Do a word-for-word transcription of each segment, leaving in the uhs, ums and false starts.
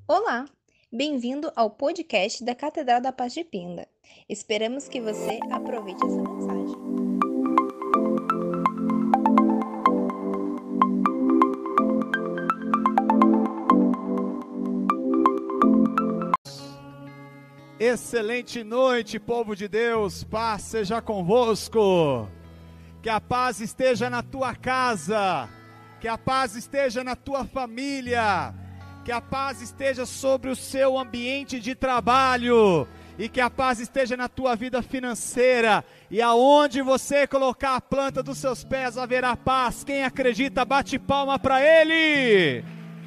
Olá, bem-vindo ao podcast da Catedral da Paz de Pinda. Esperamos que você aproveite essa mensagem. Excelente noite, povo de Deus, paz seja convosco, que a paz esteja na tua casa, que a paz esteja na tua família, que a paz esteja sobre o seu ambiente de trabalho, e que a paz esteja na tua vida financeira, e aonde você colocar a planta dos seus pés haverá paz. Quem acredita, bate palma para Ele.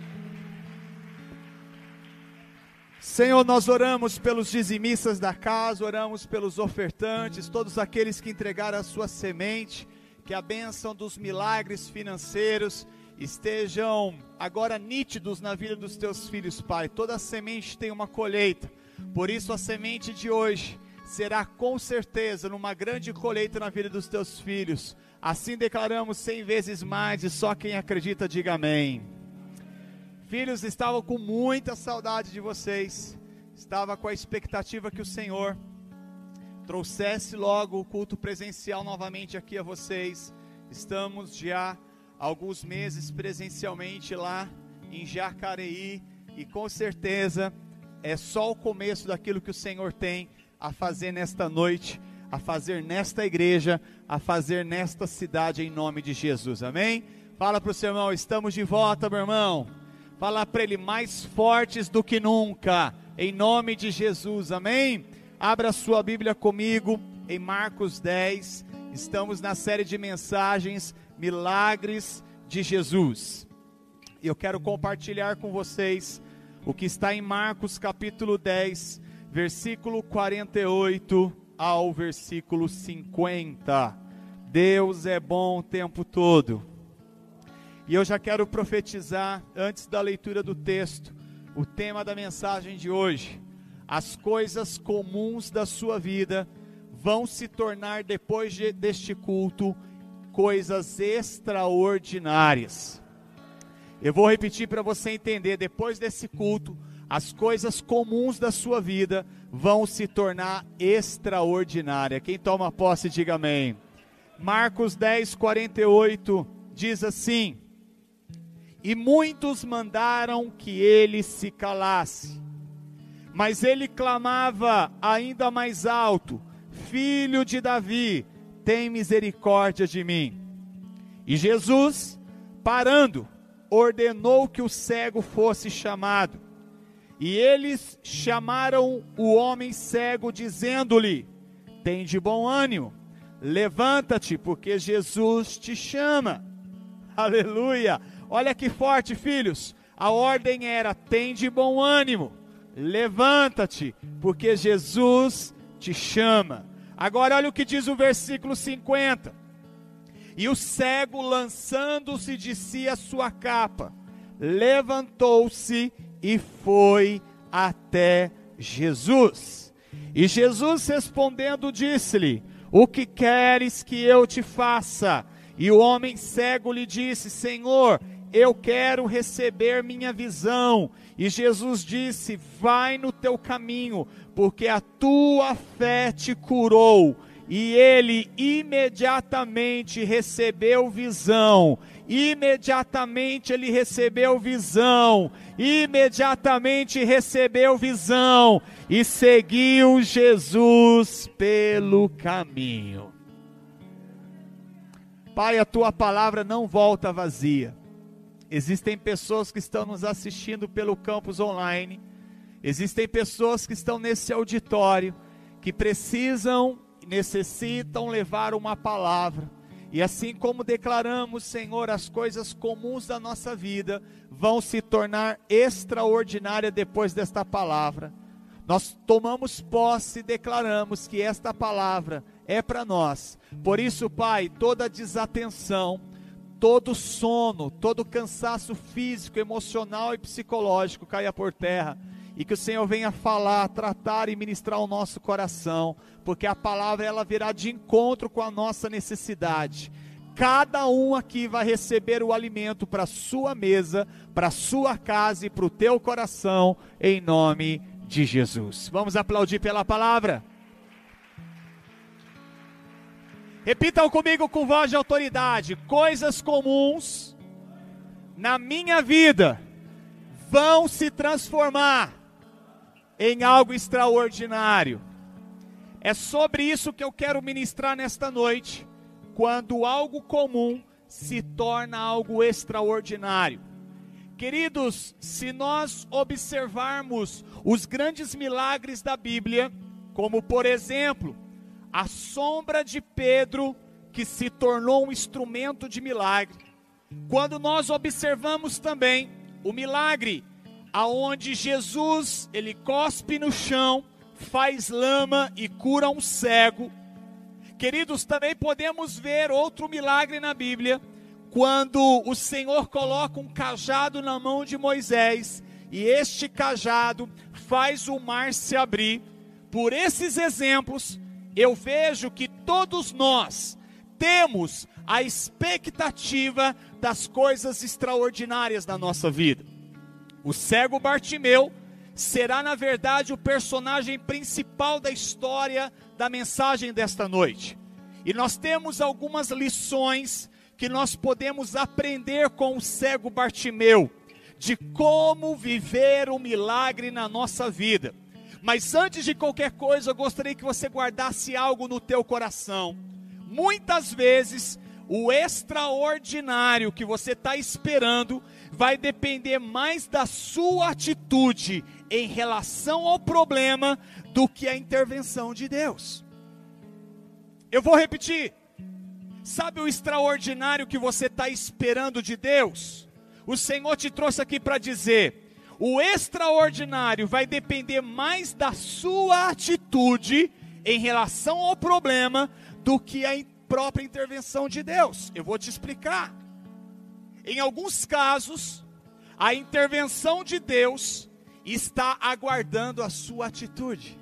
Senhor, nós oramos pelos dizimistas da casa, oramos pelos ofertantes, todos aqueles que entregaram a sua semente, que a bênção dos milagres financeiros estejam agora nítidos na vida dos teus filhos, Pai. Toda semente tem uma colheita, por isso a semente de hoje será com certeza numa grande colheita na vida dos teus filhos. Assim declaramos cem vezes mais, e só quem acredita diga amém. Filhos, estavam com muita saudade de vocês, estava com a expectativa que o Senhor trouxesse logo o culto presencial novamente aqui a vocês. Estamos já há alguns meses presencialmente lá em Jacareí, e com certeza é só o começo daquilo que o Senhor tem a fazer nesta noite, a fazer nesta igreja, a fazer nesta cidade, em nome de Jesus, amém? Fala para o seu irmão, estamos de volta, meu irmão. Fala para ele, mais fortes do que nunca, em nome de Jesus, amém? Abra sua Bíblia comigo em Marcos dez, estamos na série de mensagens Milagres de Jesus. E eu quero compartilhar com vocês o que está em Marcos capítulo dez, versículo quarenta e oito ao versículo cinquenta. Deus é bom o tempo todo. E eu já quero profetizar, antes da leitura do texto, o tema da mensagem de hoje. As coisas comuns da sua vida vão se tornar, depois de, deste culto, coisas extraordinárias. Eu vou repetir para você entender, depois desse culto, as coisas comuns da sua vida vão se tornar extraordinárias. Quem toma posse, diga amém. Marcos dez, quarenta e oito, diz assim: e muitos mandaram que ele se calasse, mas ele clamava ainda mais alto: Filho de Davi, tem misericórdia de mim. E Jesus, parando, ordenou que o cego fosse chamado. E eles chamaram o homem cego, dizendo-lhe: tem de bom ânimo, levanta-te, porque Jesus te chama. Aleluia! Olha que forte, filhos. A ordem era: tem de bom ânimo, levanta-te, porque Jesus te chama. Agora olha o que diz o versículo cinquenta. E o cego, lançando-se de si a sua capa, levantou-se e foi até Jesus. E Jesus respondendo disse-lhe: o que queres que eu te faça? E o homem cego lhe disse: Senhor, eu quero receber minha visão. E Jesus disse: vai no teu caminho, porque a tua fé te curou. E ele imediatamente recebeu visão, imediatamente ele recebeu visão, imediatamente recebeu visão, e seguiu Jesus pelo caminho. Pai, a tua palavra não volta vazia. Existem pessoas que estão nos assistindo pelo campus online, existem pessoas que estão nesse auditório, que precisam, necessitam levar uma palavra, e assim como declaramos, Senhor, as coisas comuns da nossa vida vão se tornar extraordinárias depois desta palavra. Nós tomamos posse e declaramos que esta palavra é para nós. Por isso, Pai, toda desatenção, todo sono, todo cansaço físico, emocional e psicológico caia por terra, e que o Senhor venha falar, tratar e ministrar o nosso coração, porque a palavra ela virá de encontro com a nossa necessidade. cada um aqui vai receber o alimento para a sua mesa, para a sua casa e para o teu coração, em nome de Jesus. Vamos aplaudir pela palavra? Repitam comigo com voz de autoridade: coisas comuns na minha vida vão se transformar em algo extraordinário. É sobre isso que eu quero ministrar nesta noite, quando algo comum se torna algo extraordinário. Queridos, se nós observarmos os grandes milagres da Bíblia, como por exemplo, a sombra de Pedro, que se tornou um instrumento de milagre. Quando nós observamos também o milagre, aonde Jesus, ele cospe no chão, faz lama e cura um cego. Queridos, também podemos ver outro milagre na Bíblia, quando o Senhor coloca um cajado na mão de Moisés, e este cajado faz o mar se abrir. Por esses exemplos, eu vejo que todos nós temos a expectativa das coisas extraordinárias da nossa vida. O cego Bartimeu será, na verdade, o personagem principal da história da mensagem desta noite. E nós temos algumas lições que nós podemos aprender com o cego Bartimeu, de como viver o milagre na nossa vida. Mas antes de qualquer coisa, eu gostaria que você guardasse algo no teu coração. Muitas vezes, o extraordinário que você está esperando vai depender mais da sua atitude em relação ao problema do que a intervenção de Deus. Eu vou repetir. Sabe o extraordinário que você está esperando de Deus? O Senhor te trouxe aqui para dizer: o extraordinário vai depender mais da sua atitude em relação ao problema do que a própria intervenção de Deus. Eu vou te explicar. Em alguns casos, a intervenção de Deus está aguardando a sua atitude.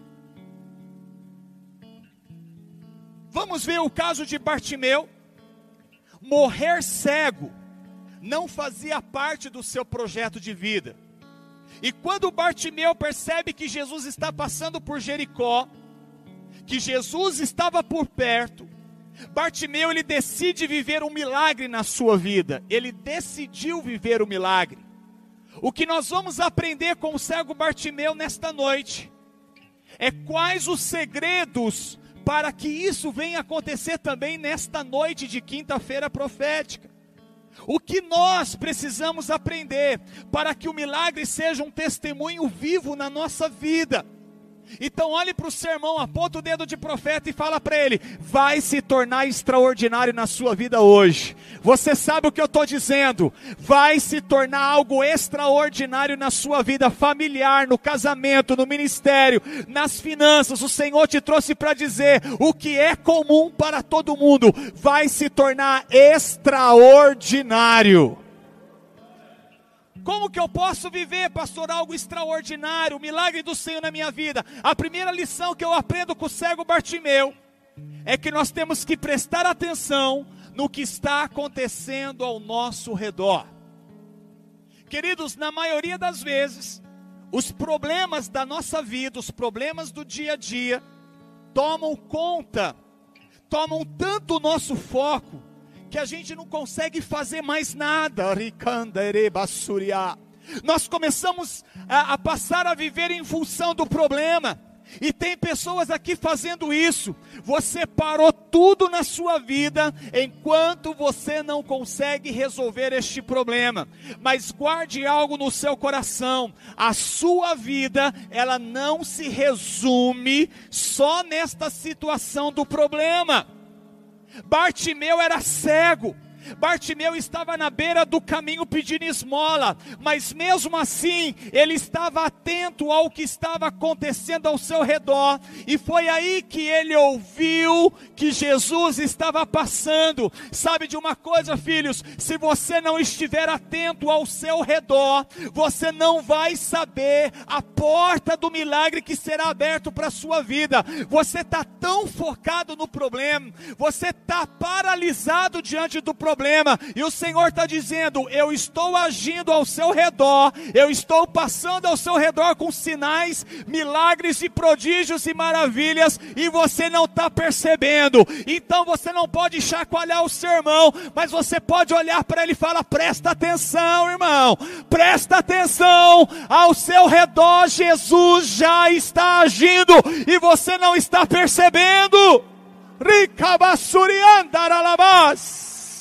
Vamos ver o caso de Bartimeu. Morrer cego não fazia parte do seu projeto de vida. E quando Bartimeu percebe que Jesus está passando por Jericó, que Jesus estava por perto, Bartimeu, ele decide viver um milagre na sua vida. Ele decidiu viver o milagre. O que nós vamos aprender com o cego Bartimeu nesta noite é quais os segredos para que isso venha acontecer também nesta noite de quinta-feira profética. O que nós precisamos aprender para que o milagre seja um testemunho vivo na nossa vida. Então olhe para o seu irmão, aponta o dedo de profeta e fala para ele: vai se tornar extraordinário na sua vida hoje. Você sabe o que eu estou dizendo? Vai se tornar algo extraordinário na sua vida familiar, no casamento, no ministério, nas finanças. O Senhor te trouxe para dizer: o que é comum para todo mundo vai se tornar extraordinário. Como que eu posso viver, pastor, algo extraordinário, o milagre do Senhor na minha vida? A primeira lição que eu aprendo com o cego Bartimeu é que nós temos que prestar atenção no que está acontecendo ao nosso redor. Queridos, na maioria das vezes, os problemas da nossa vida, os problemas do dia a dia, tomam conta, tomam tanto o nosso foco, que a gente não consegue fazer mais nada. Nós começamos a, a passar a viver em função do problema. E tem pessoas aqui fazendo isso. Você parou tudo na sua vida enquanto você não consegue resolver este problema. Mas guarde algo no seu coração: a sua vida, ela não se resume só nesta situação do problema. Bartimeu era cego, Bartimeu estava na beira do caminho pedindo esmola, mas mesmo assim, ele estava atento ao que estava acontecendo ao seu redor, e foi aí que ele ouviu que Jesus estava passando. Sabe de uma coisa, filhos? Se você não estiver atento ao seu redor, você não vai saber a porta do milagre que será aberto para a sua vida. Você está tão focado no problema, você está paralisado diante do problema, Problema, e o Senhor está dizendo: eu estou agindo ao seu redor, eu estou passando ao seu redor com sinais, milagres e prodígios e maravilhas, e você não está percebendo. Então você não pode chacoalhar o seu irmão, mas você pode olhar para ele e falar: presta atenção, irmão, presta atenção, ao seu redor Jesus já está agindo, e você não está percebendo. Ricabassuriandaralabás.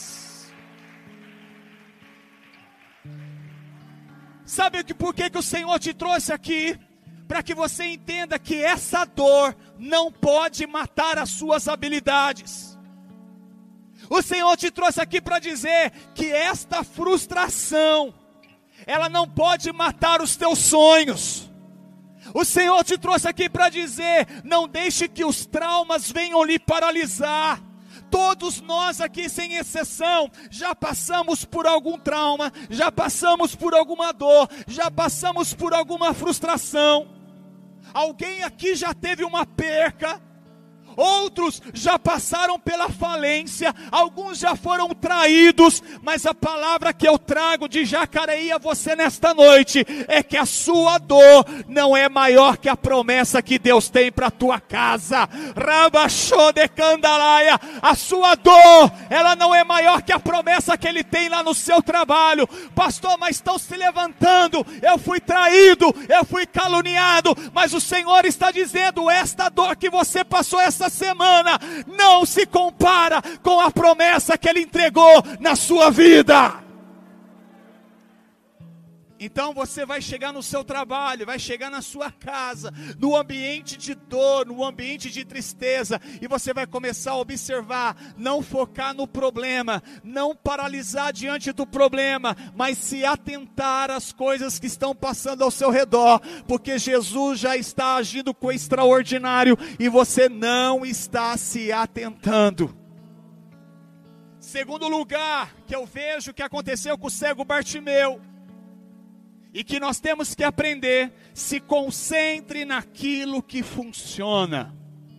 Sabe por que, que o Senhor te trouxe aqui? Para que você entenda que essa dor não pode matar as suas habilidades. O Senhor te trouxe aqui para dizer que esta frustração, ela não pode matar os teus sonhos. O Senhor te trouxe aqui para dizer: não deixe que os traumas venham lhe paralisar. Todos nós aqui, sem exceção, já passamos por algum trauma, já passamos por alguma dor, já passamos por alguma frustração. Alguém aqui já teve uma perca, outros já passaram pela falência, alguns já foram traídos, mas a palavra que eu trago de Jacareí a você nesta noite é que a sua dor não é maior que a promessa que Deus tem para a tua casa. Rabachô de Candalaia, a sua dor, ela não é maior que a promessa que Ele tem lá no seu trabalho. Pastor, mas estão se levantando, eu fui traído, eu fui caluniado, mas o Senhor está dizendo: esta dor que você passou essa semana não se compara com a promessa que Ele entregou na sua vida. Então você vai chegar no seu trabalho, vai chegar na sua casa, no ambiente de dor, no ambiente de tristeza, e você vai começar a observar, não focar no problema, não paralisar diante do problema, mas se atentar às coisas que estão passando ao seu redor, porque Jesus já está agindo com o extraordinário e você não está se atentando. Segundo lugar que eu vejo que aconteceu com o cego Bartimeu, e que nós temos que aprender: se concentre naquilo que funciona.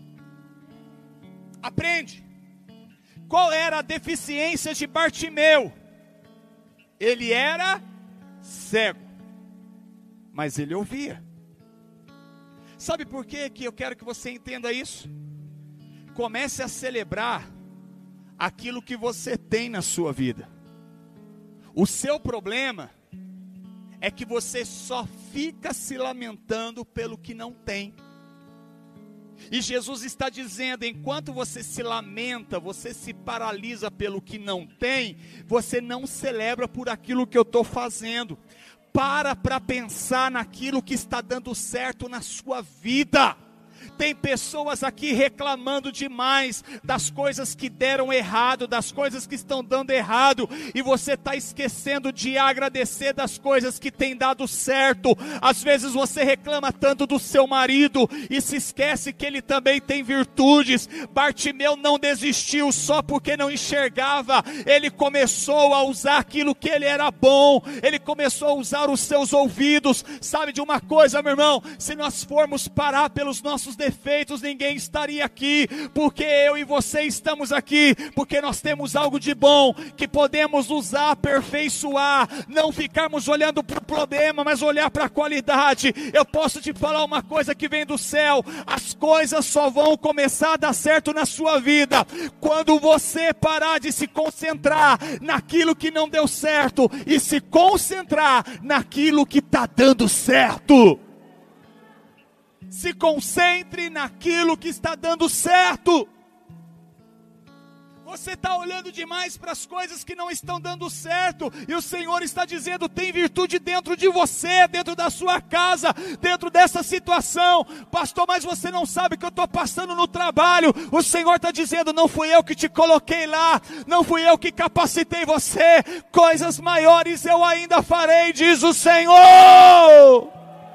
Aprende. Qual era a deficiência de Bartimeu? Ele era cego, mas ele ouvia. Sabe por quê que eu quero que você entenda isso? Comece a celebrar aquilo que você tem na sua vida. O seu problema é que você só fica se lamentando pelo que não tem. E Jesus está dizendo: enquanto você se lamenta, você se paralisa pelo que não tem, você não celebra por aquilo que eu estou fazendo. Para para pensar naquilo que está dando certo na sua vida. Tem pessoas aqui reclamando demais das coisas que deram errado, das coisas que estão dando errado, e você está esquecendo de agradecer das coisas que têm dado certo. Às vezes você reclama tanto do seu marido e se esquece que ele também tem virtudes. Bartimeu não desistiu só porque não enxergava, ele começou a usar aquilo que ele era bom, ele começou a usar os seus ouvidos. Sabe de uma coisa, meu irmão? Se nós formos parar pelos nossos defeitos, ninguém estaria aqui, porque eu e você estamos aqui, porque nós temos algo de bom, que podemos usar, aperfeiçoar, não ficarmos olhando para o problema, mas olhar para a qualidade. Eu posso te falar uma coisa que vem do céu: as coisas só vão começar a dar certo na sua vida, quando você parar de se concentrar naquilo que não deu certo, e se concentrar naquilo que está dando certo. Se concentre naquilo que está dando certo. Você está olhando demais para as coisas que não estão dando certo, e o Senhor está dizendo: tem virtude dentro de você, dentro da sua casa, dentro dessa situação. Pastor, mas você não sabe o que eu estou passando no trabalho. O Senhor está dizendo: não fui eu que te coloquei lá, não fui eu que capacitei você, coisas maiores eu ainda farei, diz o Senhor.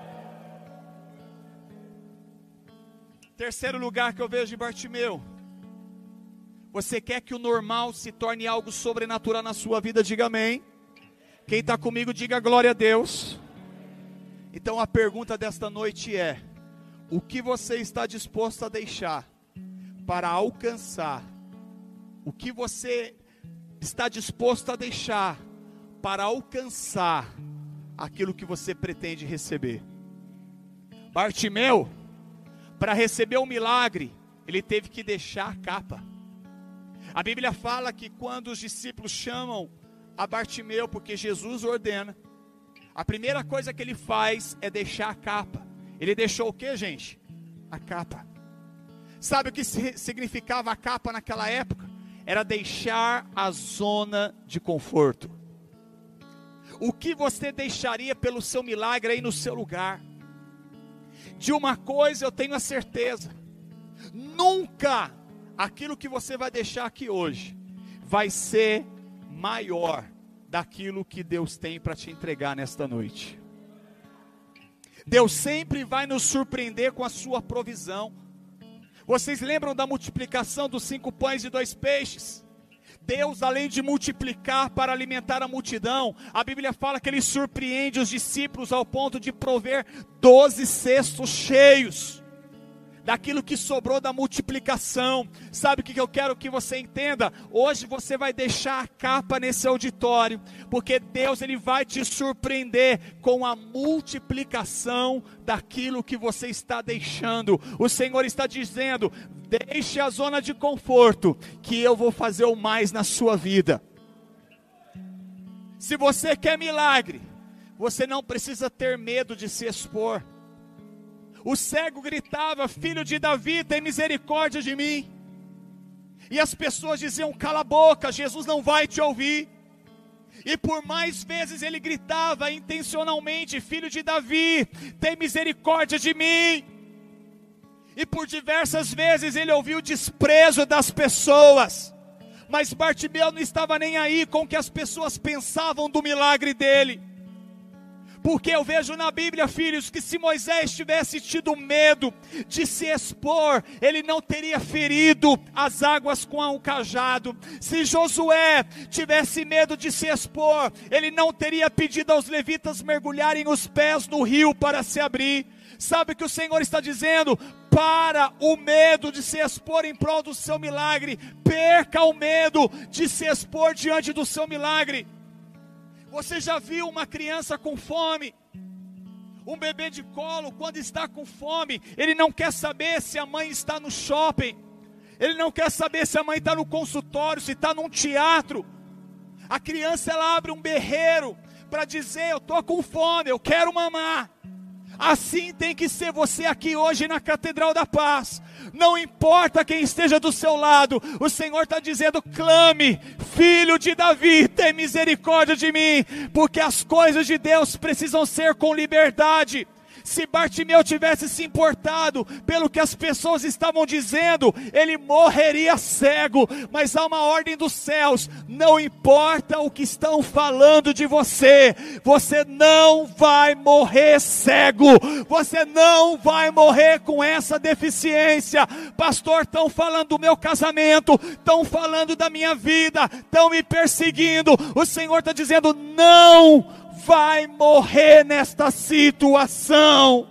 Terceiro lugar que eu vejo de Bartimeu: você quer que o normal se torne algo sobrenatural na sua vida? Diga amém. Quem está comigo, diga glória a Deus. Então a pergunta desta noite é: o que você está disposto a deixar para alcançar? O que você está disposto a deixar para alcançar aquilo que você pretende receber? Bartimeu, para receber o milagre, ele teve que deixar a capa. A Bíblia fala que quando os discípulos chamam a Bartimeu, porque Jesus ordena, a primeira coisa que ele faz é deixar a capa. Ele deixou o que, gente? A capa. Sabe o que significava a capa naquela época? Era deixar a zona de conforto. O que você deixaria pelo seu milagre aí no seu lugar? De uma coisa eu tenho a certeza: nunca aquilo que você vai deixar aqui hoje vai ser maior daquilo que Deus tem para te entregar nesta noite. Deus sempre vai nos surpreender com a sua provisão. Vocês lembram da multiplicação dos cinco pães e dois peixes? Deus, além de multiplicar para alimentar a multidão, a Bíblia fala que Ele surpreende os discípulos ao ponto de prover doze cestos cheios daquilo que sobrou da multiplicação. Sabe o que eu quero que você entenda? Hoje você vai deixar a capa nesse auditório, porque Deus, Ele vai te surpreender com a multiplicação daquilo que você está deixando. O Senhor está dizendo: deixe a zona de conforto, que eu vou fazer o mais na sua vida. Se você quer milagre, você não precisa ter medo de se expor. O cego gritava: filho de Davi, tem misericórdia de mim. E as pessoas diziam: cala a boca, Jesus não vai te ouvir. E por mais vezes ele gritava intencionalmente: filho de Davi, tem misericórdia de mim. E por diversas vezes ele ouviu o desprezo das pessoas. Mas Bartimeu não estava nem aí com o que as pessoas pensavam do milagre dele. Porque eu vejo na Bíblia, filhos, que se Moisés tivesse tido medo de se expor, ele não teria ferido as águas com o cajado. Se Josué tivesse medo de se expor, ele não teria pedido aos levitas mergulharem os pés no rio para se abrir. Sabe o que o Senhor está dizendo? Para o medo de se expor em prol do seu milagre. Perca o medo de se expor diante do seu milagre. Você já viu uma criança com fome? Um bebê de colo, quando está com fome, ele não quer saber se a mãe está no shopping. Ele não quer saber se a mãe está no consultório, se está num teatro. A criança, ela abre um berreiro para dizer: eu estou com fome, eu quero mamar. Assim tem que ser você aqui hoje na Catedral da Paz. Não importa quem esteja do seu lado, o Senhor está dizendo: clame, filho de Davi, tem misericórdia de mim, porque as coisas de Deus precisam ser com liberdade. Se Bartimeu tivesse se importado pelo que as pessoas estavam dizendo, ele morreria cego. Mas há uma ordem dos céus: não importa o que estão falando de você, você não vai morrer cego, você não vai morrer com essa deficiência. Pastor, estão falando do meu casamento, estão falando da minha vida, estão me perseguindo. O Senhor está dizendo: não vai morrer nesta situação.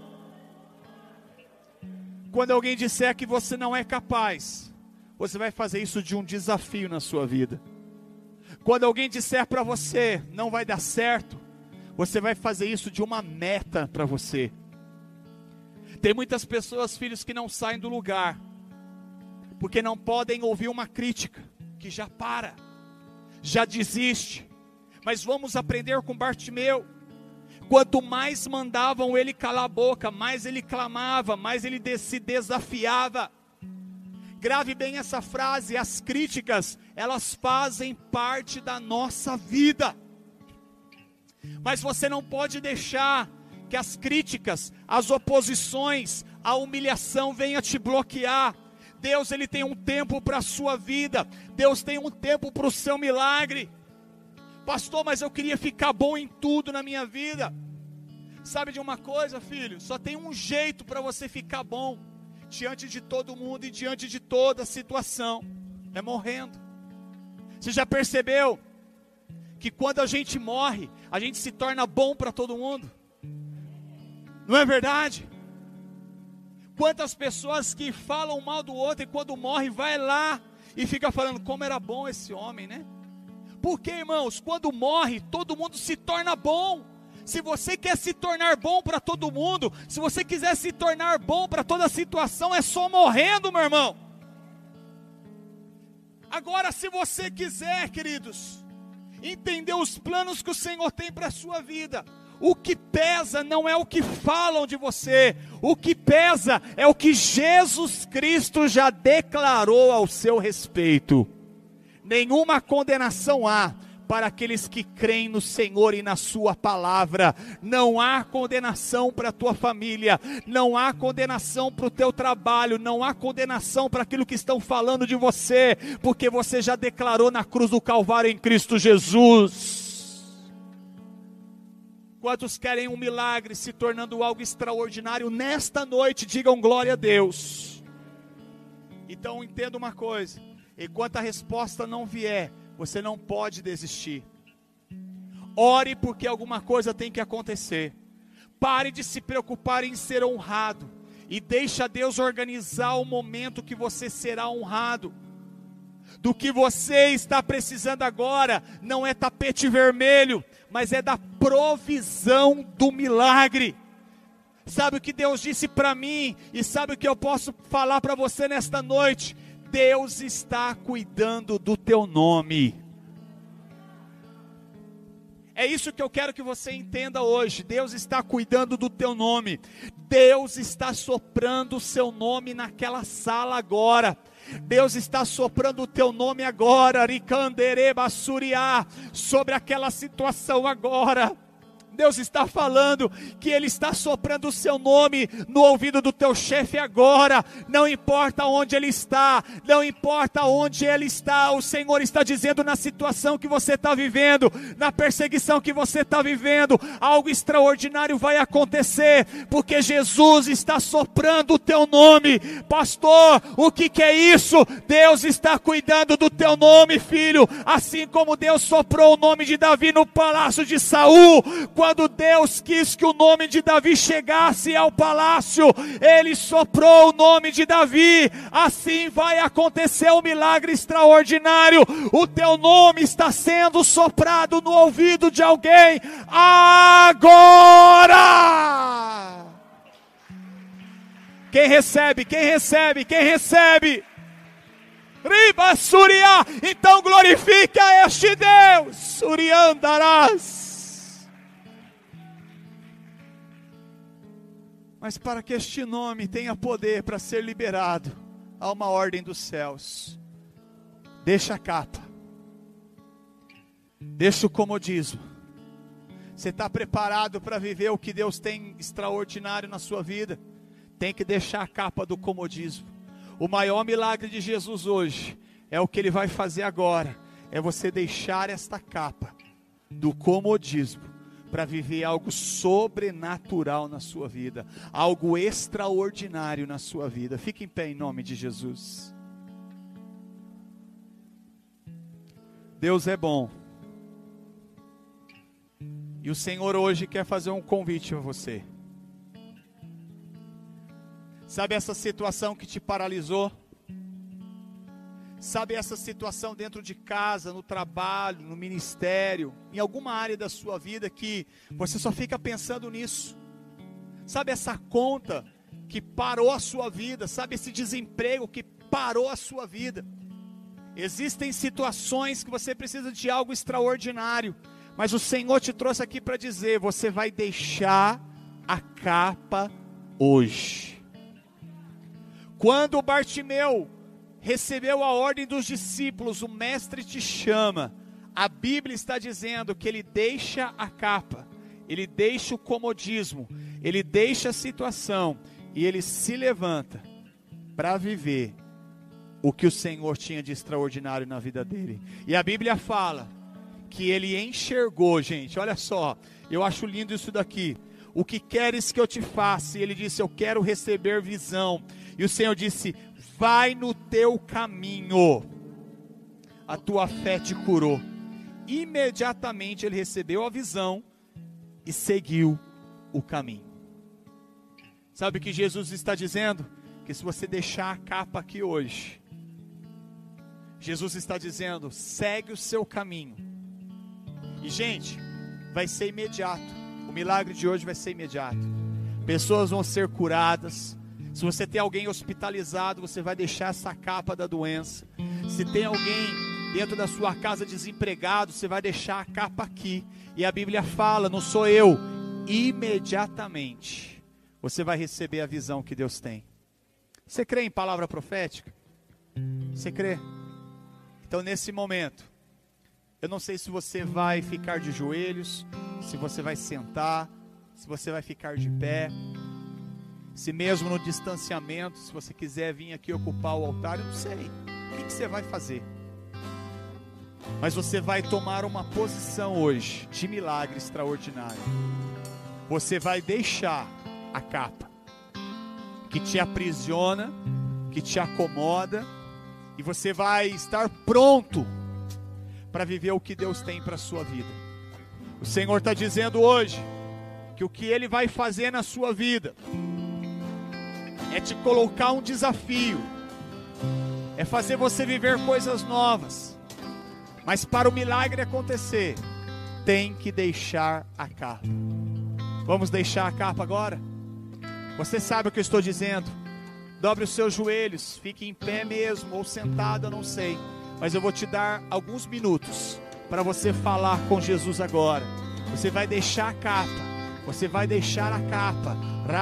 Quando alguém disser que você não é capaz, você vai fazer isso de um desafio na sua vida. Quando alguém disser para você não vai dar certo, você vai fazer isso de uma meta para você. Tem muitas pessoas, filhos, que não saem do lugar porque não podem ouvir uma crítica, que já para, já desiste. Mas vamos aprender com Bartimeu. Quanto mais mandavam ele calar a boca, mais ele clamava, mais ele se desafiava. Grave bem essa frase: as críticas, elas fazem parte da nossa vida. Mas você não pode deixar que as críticas, as oposições, a humilhação venha te bloquear. Deus, Ele tem um tempo para a sua vida. Deus tem um tempo para o seu milagre. Pastor, mas eu queria ficar bom em tudo na minha vida. Sabe de uma coisa, filho? Só tem um jeito para você ficar bom diante de todo mundo e diante de toda situação: é morrendo. Você já percebeu que quando a gente morre, a gente se torna bom para todo mundo? Não é verdade? Quantas pessoas que falam mal do outro e quando morre vai lá e fica falando como era bom esse homem, né? Porque, irmãos, quando morre todo mundo se torna bom. Se você quer se tornar bom para todo mundo, se você quiser se tornar bom para toda situação, é só morrendo, meu irmão. Agora, se você quiser, queridos, entender os planos que o Senhor tem para a sua vida, o que pesa não é o que falam de você, o que pesa é o que Jesus Cristo já declarou ao seu respeito. Nenhuma condenação há para aqueles que creem no Senhor e na sua palavra. Não há condenação para a tua família, não há condenação para o teu trabalho, não há condenação para aquilo que estão falando de você, porque você já declarou na cruz do Calvário em Cristo Jesus. Quantos querem um milagre se tornando algo extraordinário nesta noite? Digam glória a Deus. Então entenda uma coisa: enquanto a resposta não vier, você não pode desistir. Ore porque alguma coisa tem que acontecer. Pare de se preocupar em ser honrado e deixa Deus organizar o momento que você será honrado. Do que você está precisando agora não é tapete vermelho, mas é da provisão do milagre. Sabe o que Deus disse para mim e sabe o que eu posso falar para você nesta noite? Deus está cuidando do teu nome. É isso que eu quero que você entenda hoje. Deus está cuidando do teu nome. Deus está soprando o seu nome naquela sala agora. Deus está soprando o teu nome agora, Ricandereba Suriá, sobre aquela situação agora. Deus está falando que Ele está soprando o seu nome no ouvido do teu chefe agora. Não importa onde ele está, não importa onde ele está, o Senhor está dizendo: na situação que você está vivendo, na perseguição que você está vivendo, algo extraordinário vai acontecer, porque Jesus está soprando o teu nome. Pastor, o que, que é isso? Deus está cuidando do teu nome, filho, assim como Deus soprou o nome de Davi no palácio de Saul. Quando Deus quis que o nome de Davi chegasse ao palácio, Ele soprou o nome de Davi. Assim vai acontecer um milagre extraordinário. O teu nome está sendo soprado no ouvido de alguém agora. Quem recebe? Quem recebe? Quem recebe? Riba Suriá. Então glorifique a este Deus. Suriandarás. Mas para que este nome tenha poder para ser liberado, há uma ordem dos céus. Deixa a capa. Deixa o comodismo. Você está preparado para viver o que Deus tem extraordinário na sua vida? Tem que deixar a capa do comodismo. O maior milagre de Jesus hoje é o que Ele vai fazer agora. É você deixar esta capa do comodismo para viver algo sobrenatural na sua vida, algo extraordinário na sua vida. Fique em pé em nome de Jesus. Deus é bom. E o Senhor hoje quer fazer um convite a você. Sabe essa situação que te paralisou? Sabe essa situação dentro de casa, no trabalho, no ministério, em alguma área da sua vida que você só fica pensando nisso? Sabe essa conta que parou a sua vida? Sabe esse desemprego que parou a sua vida? Existem situações que você precisa de algo extraordinário, mas o Senhor te trouxe aqui para dizer: você vai deixar a capa hoje. Quando Bartimeu recebeu a ordem dos discípulos, o mestre te chama. A Bíblia está dizendo que ele deixa a capa, ele deixa o comodismo, ele deixa a situação e ele se levanta para viver o que o Senhor tinha de extraordinário na vida dele. E a Bíblia fala que ele enxergou, gente, olha só, eu acho lindo isso daqui. O que queres que eu te faça? E ele disse, eu quero receber visão. E o Senhor disse, vai no teu caminho, a tua fé te curou. Imediatamente ele recebeu a visão e seguiu o caminho. Sabe o que Jesus está dizendo? Que se você deixar a capa aqui hoje, Jesus está dizendo, segue o seu caminho. E gente, vai ser imediato. O milagre de hoje vai ser imediato. Pessoas vão ser curadas. Se você tem alguém hospitalizado, você vai deixar essa capa da doença. Se tem alguém dentro da sua casa desempregado, você vai deixar a capa aqui. E a Bíblia fala, não sou eu, imediatamente você vai receber a visão que Deus tem. Você crê em palavra profética? Você crê? Então nesse momento, eu não sei se você vai ficar de joelhos, se você vai sentar, se você vai ficar de pé, se mesmo no distanciamento, se você quiser vir aqui ocupar o altar, eu não sei o que, que você vai fazer. Mas você vai tomar uma posição hoje de milagre extraordinário. Você vai deixar a capa que te aprisiona, que te acomoda, e você vai estar pronto para viver o que Deus tem para a sua vida. O Senhor está dizendo hoje que o que Ele vai fazer na sua vida é te colocar um desafio, é fazer você viver coisas novas. Mas para o milagre acontecer, tem que deixar a capa. Vamos deixar a capa agora? Você sabe o que eu estou dizendo. Dobre os seus joelhos, fique em pé mesmo, ou sentado, eu não sei. Mas eu vou te dar alguns minutos para você falar com Jesus agora. Você vai deixar a capa. Você vai deixar a capa.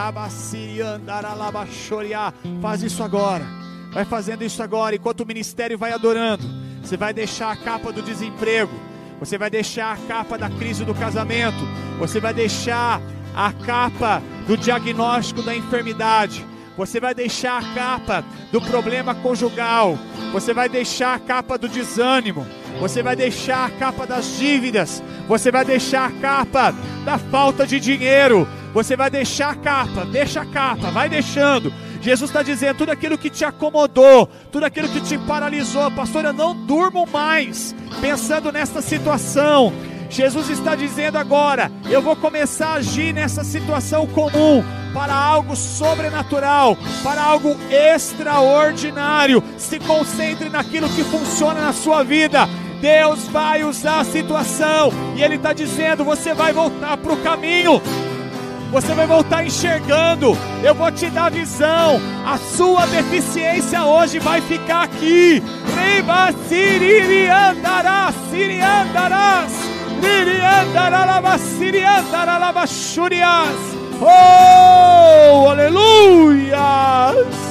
Faz isso agora. Vai fazendo isso agora, enquanto o ministério vai adorando. Você vai deixar a capa do desemprego. Você vai deixar a capa da crise do casamento. Você vai deixar a capa do diagnóstico da enfermidade. Você vai deixar a capa do problema conjugal. Você vai deixar a capa do desânimo. Você vai deixar a capa das dívidas. Você vai deixar a capa da falta de dinheiro. Você vai deixar a capa. Deixa a capa, vai deixando. Jesus está dizendo, tudo aquilo que te acomodou, tudo aquilo que te paralisou, pastor, eu não durmo mais pensando nessa situação. Jesus está dizendo agora, eu vou começar a agir nessa situação comum, para algo sobrenatural, para algo extraordinário. Se concentre naquilo que funciona na sua vida. Deus vai usar a situação, e Ele está dizendo, você vai voltar para o caminho. Você vai voltar enxergando. Eu vou te dar visão. A sua deficiência hoje vai ficar aqui. Riba siriandarás, siriandarás, siriandaralabas, siriandaralabashurias. Oh, aleluia!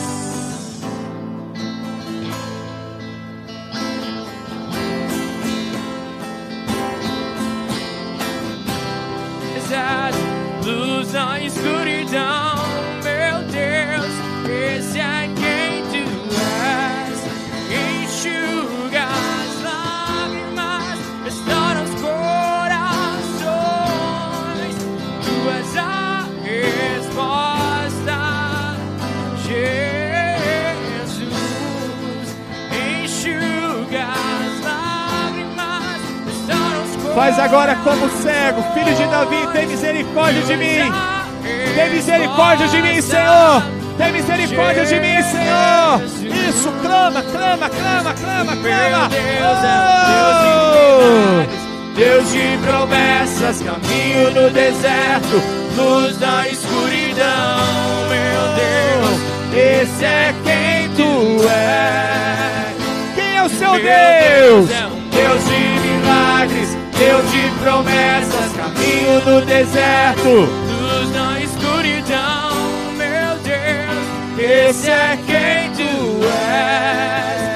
Luz na escuridão, meu Deus, esse é quem tu és. Enxuga as lágrimas, restaura os corações. Tu és a resposta, Jesus. Enxuga as lágrimas, restaura os corações. Faz agora como cego, filho de Davi, tem misericórdia de mim. Tem misericórdia de mim, Senhor. Tem misericórdia de mim, Senhor. Isso, clama, clama, clama, clama, clama. Oh! Deus de promessas, caminho no deserto, luz na escuridão, meu Deus, esse é quem tu és. Quem é o seu Deus? É um Deus de milagres, Deus de promessas, caminho no deserto, luz na escuridão, meu Deus, esse é quem tu és.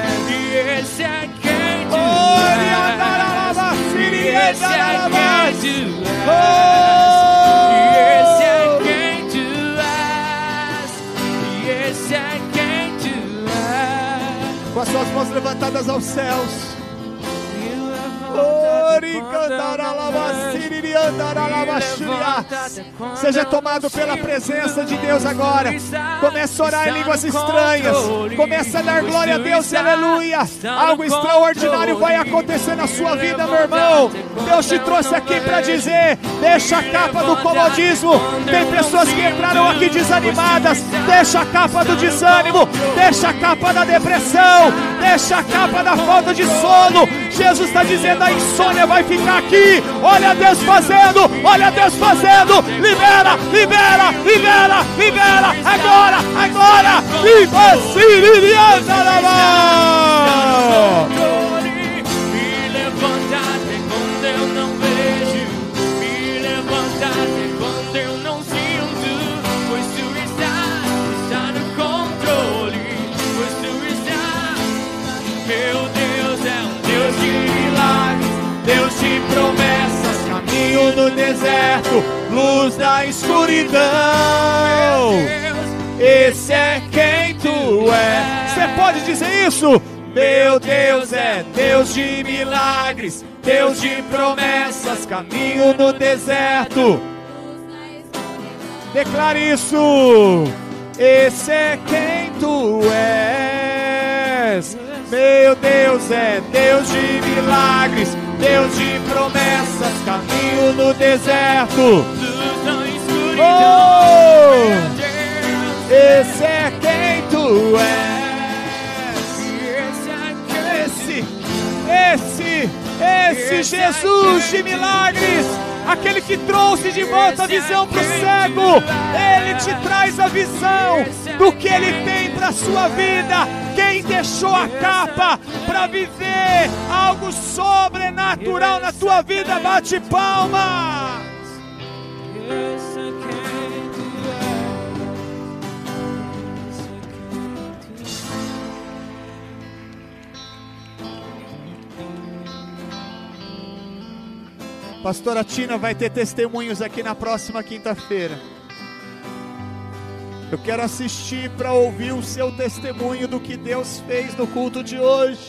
com as suas mãos levantadas aos céus. Seja tomado pela presença de Deus agora. Começa a orar em línguas estranhas. Começa a dar glória a Deus e aleluia. Algo extraordinário vai acontecer na sua vida, meu irmão. Deus te trouxe aqui para dizer: deixa a capa do comodismo. Tem pessoas que entraram aqui desanimadas. Deixa a capa do desânimo. Deixa a capa da depressão. Deixa a capa da falta de sono. Jesus está dizendo: a insônia vai ficar aqui. Olha Deus fazendo, olha Deus fazendo. Libera, libera, libera, libera. Agora, agora. Viva Siririana Lava. Me levanta até quando eu não vejo. Me levanta até quando eu não sinto. Pois tu estás, está no controle. Pois tu estás. Meu Deus é um Deus de milagres, Deus de promessas, caminho no deserto, luz da escuridão. Esse é quem tu és. Você pode dizer isso? Meu Deus é Deus de milagres, Deus de promessas, caminho no deserto. Declare isso. Esse é quem tu és. Meu Deus é Deus de milagres, Deus de promessas, caminho no deserto. Oh! Esse é quem tu és. Esse, esse, esse Jesus de milagres, aquele que trouxe de volta a visão para o cego, Ele te traz a visão do que Ele tem para a sua vida. Quem deixou a capa para viver algo sobrenatural na tua vida, bate palma. Pastora Tina vai ter testemunhos aqui na próxima quinta-feira. Eu quero assistir para ouvir o seu testemunho do que Deus fez no culto de hoje.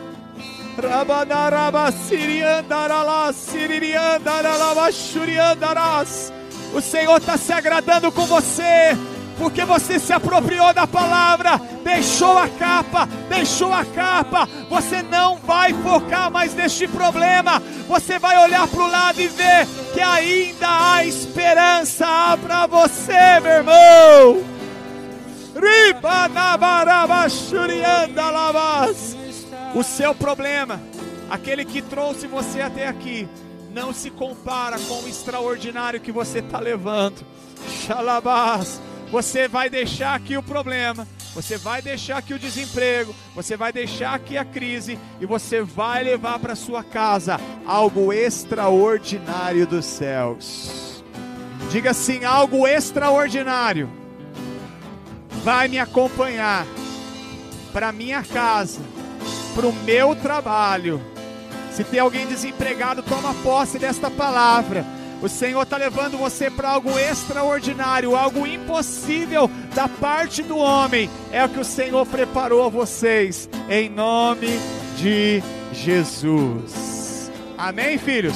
O Senhor está se agradando com você, porque você se apropriou da palavra, deixou a capa, deixou a capa. Você não vai focar mais neste problema. Você vai olhar para o lado e ver que ainda há esperança para você, meu irmão. O seu problema, aquele que trouxe você até aqui, não se compara com o extraordinário que você está levando. Xalabás. Você vai deixar aqui o problema, você vai deixar aqui o desemprego, você vai deixar aqui a crise e você vai levar para sua casa algo extraordinário dos céus. Diga assim: algo extraordinário vai me acompanhar para minha casa, para o meu trabalho. Se tem alguém desempregado, toma posse desta palavra. O Senhor está levando você para algo extraordinário, algo impossível da parte do homem. É o que o Senhor preparou a vocês, em nome de Jesus. Amém, filhos?